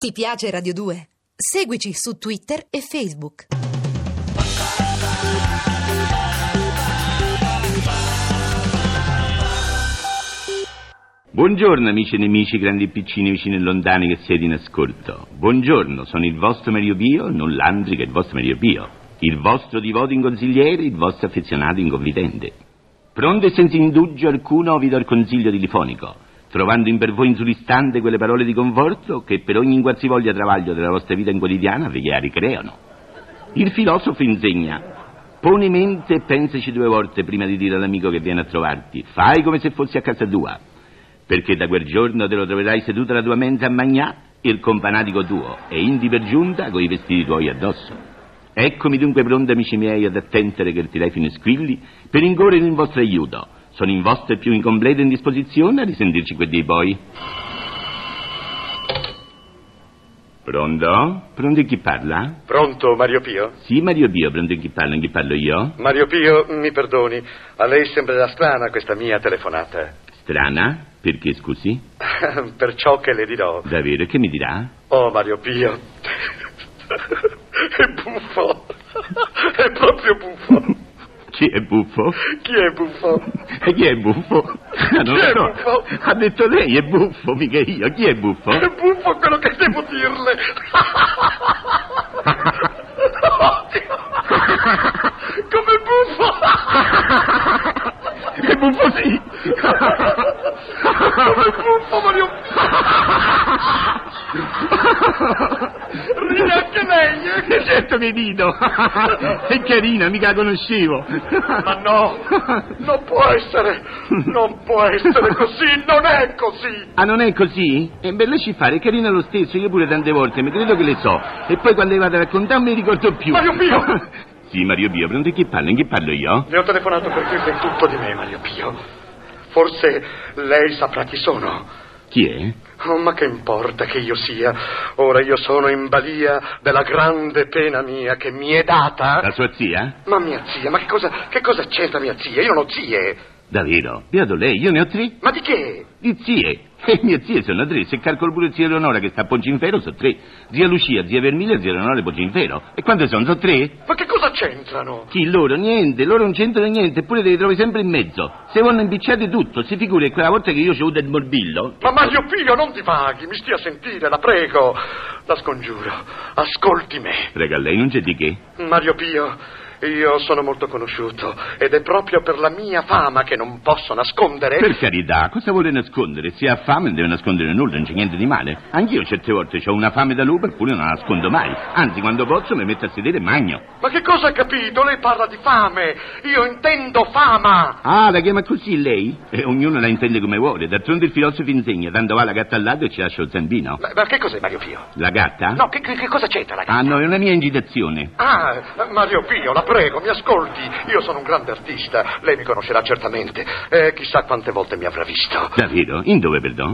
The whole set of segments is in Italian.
Ti piace Radio 2? Seguici su Twitter e Facebook. Buongiorno amici e nemici, grandi e piccini, vicini e lontani che siete in ascolto. Buongiorno, sono il vostro Mario Pio, non Landri che è il vostro Mario Pio. Il vostro divoto inconsigliere, il vostro affezionato inconfidente. Pronto e senza indugio alcuno vi do il consiglio telefonico, trovando in per voi in sull'istante quelle parole di conforto che per ogni qualsivoglia travaglio della vostra vita in quotidiana vi ricreano. Il filosofo insegna: poni mente e pensaci 2 volte prima di dire all'amico che viene a trovarti, fai come se fossi a casa tua, perché da quel giorno te lo troverai seduto alla tua mente a magnà il companatico tuo e indi per giunta coi vestiti tuoi addosso. Eccomi dunque pronti, amici miei, ad attendere che il telefono squilli per incorrere in vostro aiuto. Sono in vostra e più incompleta indisposizione a risentirci qui di poi. Pronto? Pronto, chi parla? Pronto, Mario Pio? Sì, Mario Pio, pronto, chi parla? Chi parlo io? Mario Pio, mi perdoni, a lei sembrerà strana questa mia telefonata. Strana? Perché, scusi? Per ciò che le dirò. Davvero? Che mi dirà? Oh, Mario Pio, è buffo, è proprio buffo. Chi è buffo? Chi è buffo? E chi è buffo? Non Chi è so. buffo? Ha detto lei, è buffo, mica io. Chi è buffo? È buffo quello che devo dirle. Come buffo? È buffo, sì. Come buffo, Mario Ride anche lei, eh? Certo che rido. È carina, mica la conoscevo. Ma no, non può essere così, non è così. Ah, non è così? E beh, lasci fare, è carina lo stesso, io pure tante volte, mi credo che le so. E poi quando le vado a raccontare non mi ricordo più. Mario Pio! Sì, Mario Pio, pronto, chi parla? In chi parlo io? Le ho telefonato per dirle tutto di me, Mario Pio. Forse lei saprà chi sono. Chi è? Oh, ma che importa che io sia? Ora io sono in balia della grande pena mia che mi è data. La sua zia? Ma mia zia, ma che cosa c'entra mia zia? Io non ho zie. Davvero? Beato lei, io ne ho 3. Ma di che? Di zie. Mie zie sono 3, se calcolo pure zia Eleonora che sta a Poggioinferro sono 3. Zia Lucia, zia Vermiglia e zia Eleonora di Poggioinferro. E quante sono? Sono 3? Ma che cosa c'entrano? Chi? Loro? Niente, loro non c'entrano niente, eppure te li trovi sempre in mezzo. Se vanno impicciati tutto, si figuri che quella volta che io ci ho avuto il morbillo. Ma Mario Pio, non divaghi, mi stia a sentire, la prego. La scongiuro, ascolti me. Prega lei, non c'è di che. Mario Pio, io sono molto conosciuto ed è proprio per la mia fama che non posso nascondere. Per carità, cosa vuole nascondere? Se ha fame non deve nascondere nulla, non c'è niente di male. Anch'io certe volte ho una fame da lupo eppure non la nascondo mai. Anzi, quando posso mi metto a sedere e magno. Ma che cosa ha capito? Lei parla di fame. Io intendo fama. Ah, la chiama così lei? Ognuno la intende come vuole. D'altronde il filosofo insegna, tanto va la gatta al lato e ci lascia lo zampino. Ma che cos'è, Mario Pio? La gatta? No, che cosa c'entra la gatta? Ah, no, è una mia incitazione. Ah, Mario Pio, la prego, mi ascolti. Io sono un grande artista, lei mi conoscerà certamente. Chissà quante volte mi avrà visto. Davvero? In dove, perdono?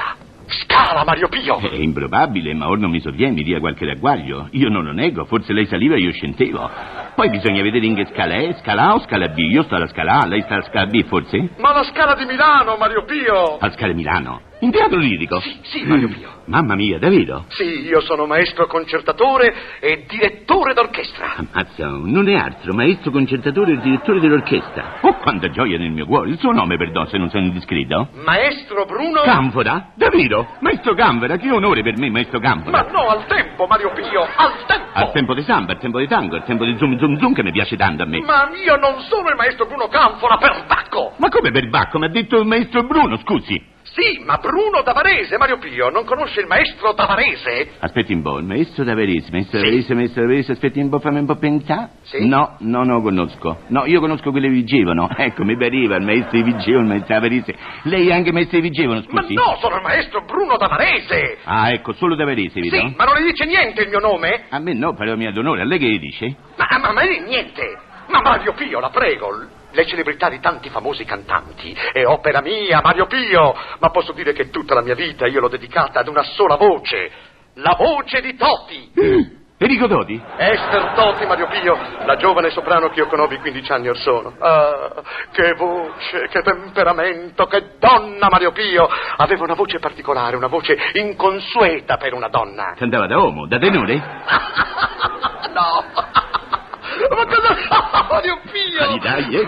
Scala, Mario Pio! È improbabile, ma ora non mi sovviene, mi dia qualche ragguaglio. Io non lo nego, forse lei saliva e io scendevo. Poi bisogna vedere in che scala è, scala A o scala B. Io sto alla scala A, lei sta alla scala B, forse? Ma la Scala di Milano, Mario Pio! Alla Scala Milano? In teatro lirico? Sì, Mario Pio. Mamma mia, davvero? Sì, io sono maestro concertatore e direttore d'orchestra. Ammazza, non è altro, maestro concertatore e direttore dell'orchestra. Oh, quanta gioia nel mio cuore. Il suo nome, perdono, se non sono indiscreto? Maestro Bruno... Canfora? Davvero? Maestro Canfora? Che onore per me, maestro Canfora. Ma no, al tempo, Mario Pio, al tempo. Al tempo di samba, al tempo di tango, al tempo di zoom zoom zoom che mi piace tanto a me. Ma io non sono il maestro Bruno Canfora per Bacco. Ma come per Bacco? Mi ha detto il maestro Bruno, scusi. Sì, ma Bruno Tavarese, Mario Pio, non conosce il maestro Tavarese? Aspetti un po', il maestro Tavarese, aspetti un po', fammi un po' pensare. Sì? No, non lo conosco. No, io conosco quelli che vigevano. Ecco, mi pareva, il maestro di Vigevano, il maestro Tavarese. Lei è anche maestro di Vigevano, scusi? Ma no, sono il maestro Bruno Tavarese. Ah, ecco, solo Tavarese, vedo? Sì, ma non le dice niente il mio nome? A me no, parola mia d'onore, a lei che le dice? Ma lei niente. Ma Mario Pio, la prego, le celebrità di tanti famosi cantanti è opera mia, Mario Pio, ma posso dire che tutta la mia vita io l'ho dedicata ad una sola voce, la voce di Toti. Enrico Toti? Ester Toti, Mario Pio, la giovane soprano che io conobbi 15 anni or sono. Ah, che voce, che temperamento, che donna, Mario Pio. Aveva una voce particolare, una voce inconsueta per una donna. Cantava da uomo, da tenore? No. Ma cosa... Mario Pio! Dai,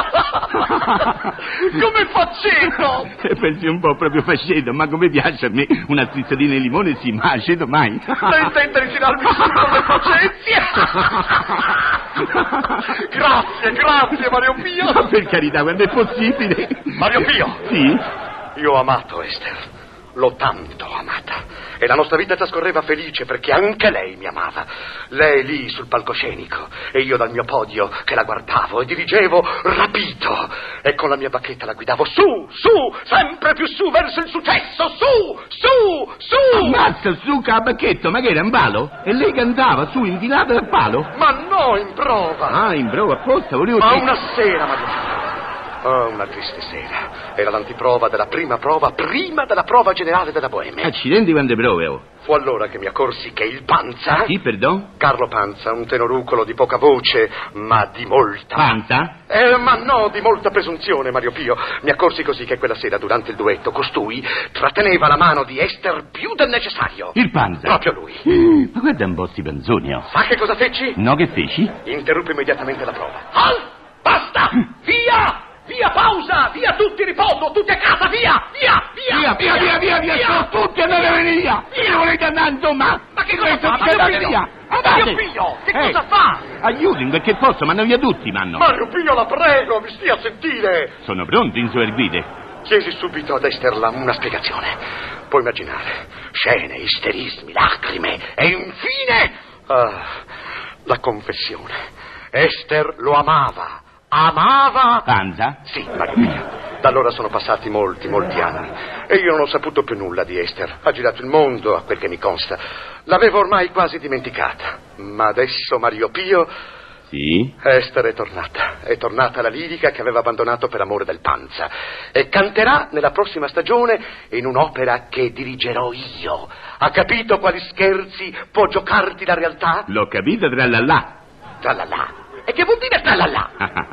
Come faceto? Pensi un po' proprio faceto, ma come piace a me una strizzatina di limone, sì, ma aceto mai. Non intende ritirarmi su come facezia? Grazie, Mario Pio. Per carità, quando è possibile. Mario Pio. Sì? Io ho amato Ester. L'ho tanto amata e la nostra vita trascorreva felice perché anche lei mi amava. Lei lì sul palcoscenico e io dal mio podio che la guardavo e dirigevo rapito e con la mia bacchetta la guidavo su, sempre più su verso il successo, su. Ammazza, su con la bacchetta, ma che era un palo? E lei cantava su, infilata dal palo? Ma no, in prova. Ah, in prova apposta, volevo Ma dire. una sera, Mario. Oh, una triste sera. Era l'antiprova della prima prova, prima della prova generale della Boemia. Accidenti quante prove, oh. Fu allora che mi accorsi che il Panza... Sì, perdon? Carlo Panza, un tenorucolo di poca voce, ma di molta... Panza? Ma no, di molta presunzione, Mario Pio. Mi accorsi così che quella sera, durante il duetto, costui tratteneva la mano di Ester più del necessario. Il Panza? Proprio lui. Ma guarda un po' sti panzoni, oh. Sa che cosa feci? No, che feci? Interruppi immediatamente la prova. Basta! Via! Via, pausa! Via tutti, riposo! Tutti a casa, via! Sono tutti andate via! Io volete andare, insomma! Ma che cosa fa? Andate via! Mario Pio, che cosa fa? Aiutami, perché posso, manno via tutti, manno! Mario Pio, la prego, mi stia a sentire! Sono pronti, insoerguite! Chiesi subito ad Ester una spiegazione. Puoi immaginare, scene, isterismi, lacrime e infine... la confessione. Ester lo amava. Panza? Sì, Mario Pio. Da allora sono passati molti anni e io non ho saputo più nulla di Ester. Ha girato il mondo, a quel che mi consta. L'avevo ormai quasi dimenticata. Ma adesso, Mario Pio... Sì? Ester è tornata la lirica che aveva abbandonato per amore del Panza e canterà nella prossima stagione in un'opera che dirigerò io. Ha capito quali scherzi può giocarti la realtà? L'ho capito, trallallà. Trallallà? E che vuol dire trallallà?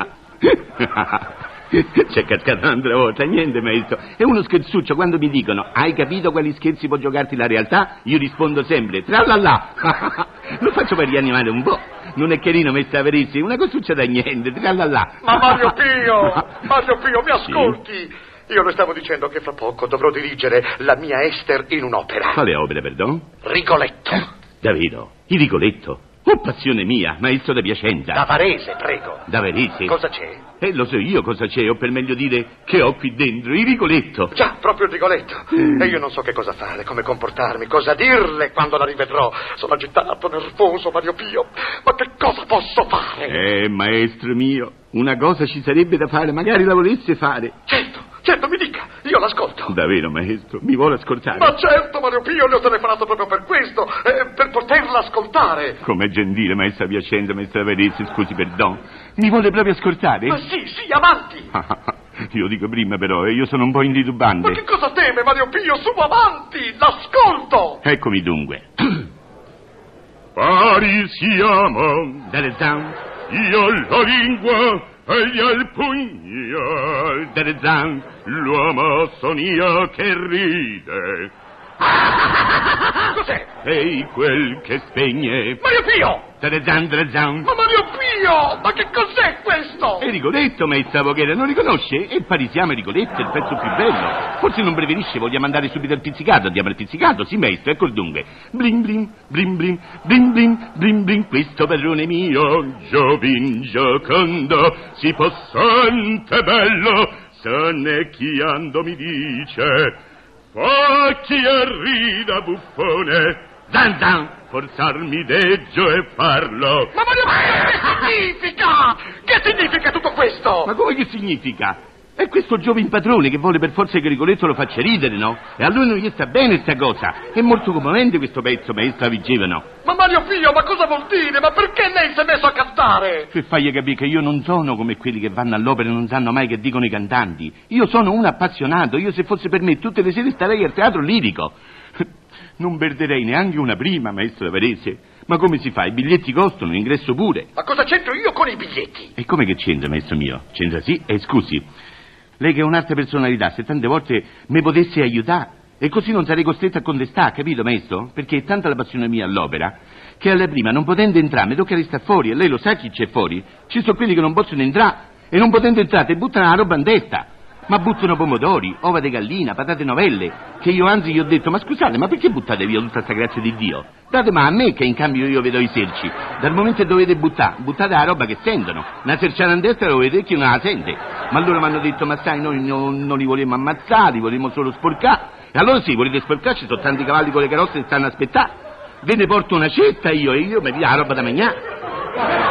C'è cascato un'altra volta, niente maestro. È uno scherzuccio. Quando mi dicono hai capito quali scherzi può giocarti la realtà, io rispondo sempre trallallà. Lo faccio per rianimare un po'. Non è carino, messa Veresi, una cosuccia da niente, trallallà. Ma Mario Pio, mi ascolti? Sì? Io le stavo dicendo che fra poco dovrò dirigere la mia Ester in un'opera. Quale opera, perdon? Rigoletto. Davvero? Il Rigoletto? Oh, passione mia, maestro da Piacenza. Da Varese, prego. Da Varese? Cosa c'è? Lo so io cosa c'è, o per meglio dire che ho qui dentro, il Rigoletto. Già, proprio il Rigoletto. E io non so che cosa fare, come comportarmi, cosa dirle quando la rivedrò. Sono agitato, nervoso, Mario Pio. Ma che cosa posso fare? Maestro mio, una cosa ci sarebbe da fare, magari la volesse fare. Certo, mi dica, io l'ascolto. Davvero, maestro, mi vuole ascoltare? Ma certo, Mario Pio, le ho telefonato proprio per questo, per poterla ascoltare. Com'è gentile, maestra Piacenza, maestra Veresi, scusi, perdon. Mi vuole proprio ascoltare? Ma sì, avanti. Io dico prima, però, io sono un po' intitubante. Ma che cosa teme, Mario Pio? Su, avanti, l'ascolto. Eccomi dunque. Pari siamo, dalle zan, io la lingua... Egli al pugno delle zan, l'uomo son io che ride. Cos'è? Ehi, quel che spegne. Mario Pio! Delle zan. Ma Mario Pio! Ma che cos'è questo? È Rigoletto, maestra Voghera, non riconosce? E parisiamo Rigoletto, è il pezzo più bello. Forse non preferisce, vogliamo andare subito al pizzicato. Andiamo al pizzicato, sì, maestro, ecco il dunque. Bling bling, bling bling, bling bling, bling bling. Questo padrone mio, giovin giocondo, si possente bello, sonnecchiando mi dice... Fa chi arrida buffone, zan, forzarmi deggio e farlo. Ma Mario Pio, che significa? Che significa tutto questo? Ma come che significa? È questo giovin padrone che vuole per forza che Rigoletto lo faccia ridere, no? E a lui non gli sta bene sta cosa. È molto commovente questo pezzo, maestra Vigevano. Ma Mario Pio, ma cosa vuol dire? Ma perché lei si è messo a cantare? Per fargli capire che io non sono come quelli che vanno all'opera e non sanno mai che dicono i cantanti. Io sono un appassionato. Io, se fosse per me, tutte le sere starei al teatro lirico. Non perderei neanche una prima, maestro Varese. Ma come si fa? I biglietti costano, l'ingresso pure. Ma cosa c'entro io con i biglietti? E come che c'entra, maestro mio? C'entra sì, e scusi, lei che è un'altra personalità, se tante volte mi potesse aiutare, e così non sarei costretto a contestare, capito, maestro? Perché è tanta la passione mia all'opera, che alla prima, non potendo entrare, mi tocca restare fuori, e lei lo sa chi c'è fuori? Ci sono quelli che non possono entrare, e non potendo entrare, te buttano la roba in testa. Ma buttano pomodori, ova di gallina, patate novelle, che io anzi gli ho detto, ma scusate, ma perché buttate via tutta sta grazia di Dio? Date ma a me che in cambio io vedo i selci. Dal momento che dovete buttare, buttate la roba che sentono. Una serciata in destra lo vedete chi non la sente. Ma allora mi hanno detto, ma sai, noi non li volevamo ammazzare, li volevamo solo sporcare. E allora sì, volete sporcare, ci sono tanti cavalli con le carrozze che stanno a aspettare. Ve ne porto una cetta io, e io mi dia la roba da mangiare.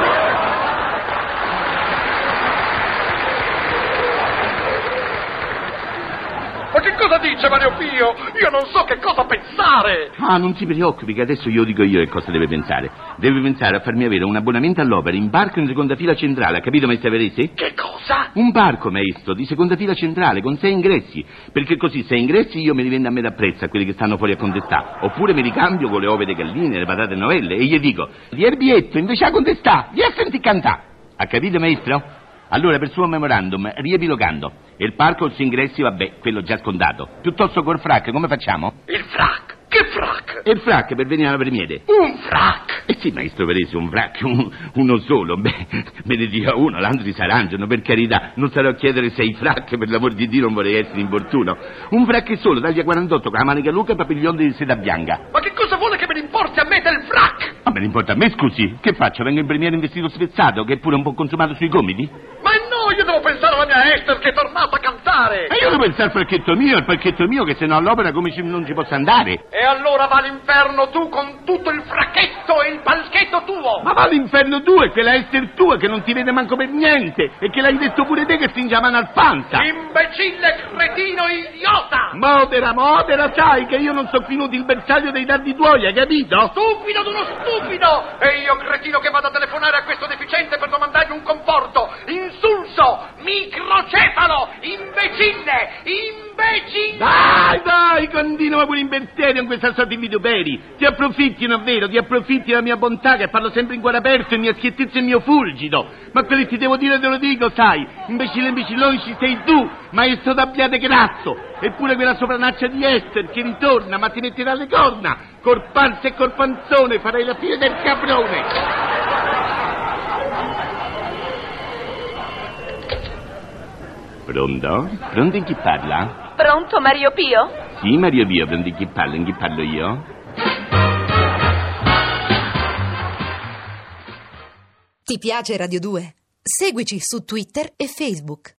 Ma che cosa dice Mario Pio? Io non so che cosa pensare. Ah, non si preoccupi, che adesso io dico io che cosa deve pensare. Deve pensare a farmi avere un abbonamento all'opera in barco in seconda fila centrale, ha capito, maestro Veresi? Che cosa? Un barco, maestro, di seconda fila centrale, con 6 ingressi, perché così 6 ingressi io me li vendo a metà prezzo a quelli che stanno fuori a contestare, oppure me li cambio con le ove di galline, le patate novelle, e gli dico, di erbietto, invece a contestare, vi a senti cantare. Ha capito, maestro? Allora, per suo memorandum, riepilogando, il parco con ingressi, vabbè, quello già scontato. Piuttosto col frac, come facciamo? Il frac? Che frac? E il frac per venire alla premiere. Un frac? Eh sì, maestro Veresi, un frac, uno solo. Beh, me ne dica uno, l'altro si arrangiano, per carità. Non sarò a chiedere 6 frac, per l'amor di Dio non vorrei essere importuno. Un frac solo, taglia 48, con la manica lunga e papiglione di seta bianca. Ma che cosa vuole che me ne importi a me del frac? Ma me ne importa a me, scusi? Che faccio? Vengo in premiere in vestito spezzato, che è pure un po' consumato sui gomiti? Ma no, io devo pensare alla mia Esther che è tornata a cantare. E io devo pensare al palchetto mio, che se no all'opera come non ci posso andare. E allora va all'inferno tu con tutto il fracchetto e il palchetto tuo. Ma va all'inferno tu, e quella Esther tua che non ti vede manco per niente, e che l'hai detto pure te che stringe la mano al panza. Imbecille, cretino, idiota. Modera, sai che io non so finito il bersaglio dei dardi tuoi, hai capito? Stupido d'uno stupido. E io, cretino, che vado a telefonare a questo deficiente per domandargli un conforto. Insulso, microcefalo, imbecille. Dai, continua pure in berseria con questa sorta di vituperi. Ti approfitti, non è vero? Ti approfitti della mia bontà, che parlo sempre in cuore aperto, e mia schiettezza e il mio fulgido. Ma quello che ti devo dire te lo dico, sai. Imbecillone ci sei tu, maestro d'abbiate grazzo. Eppure quella sopranaccia di Esther che ritorna, ma ti metterà le corna. Corpanza e corpanzone, farai la fine del caprone. Pronto? Pronto, in chi parla? Pronto, Mario Pio? Sì, Mario Pio, pronto, in chi parlo io? Ti piace Radio 2? Seguici su Twitter e Facebook.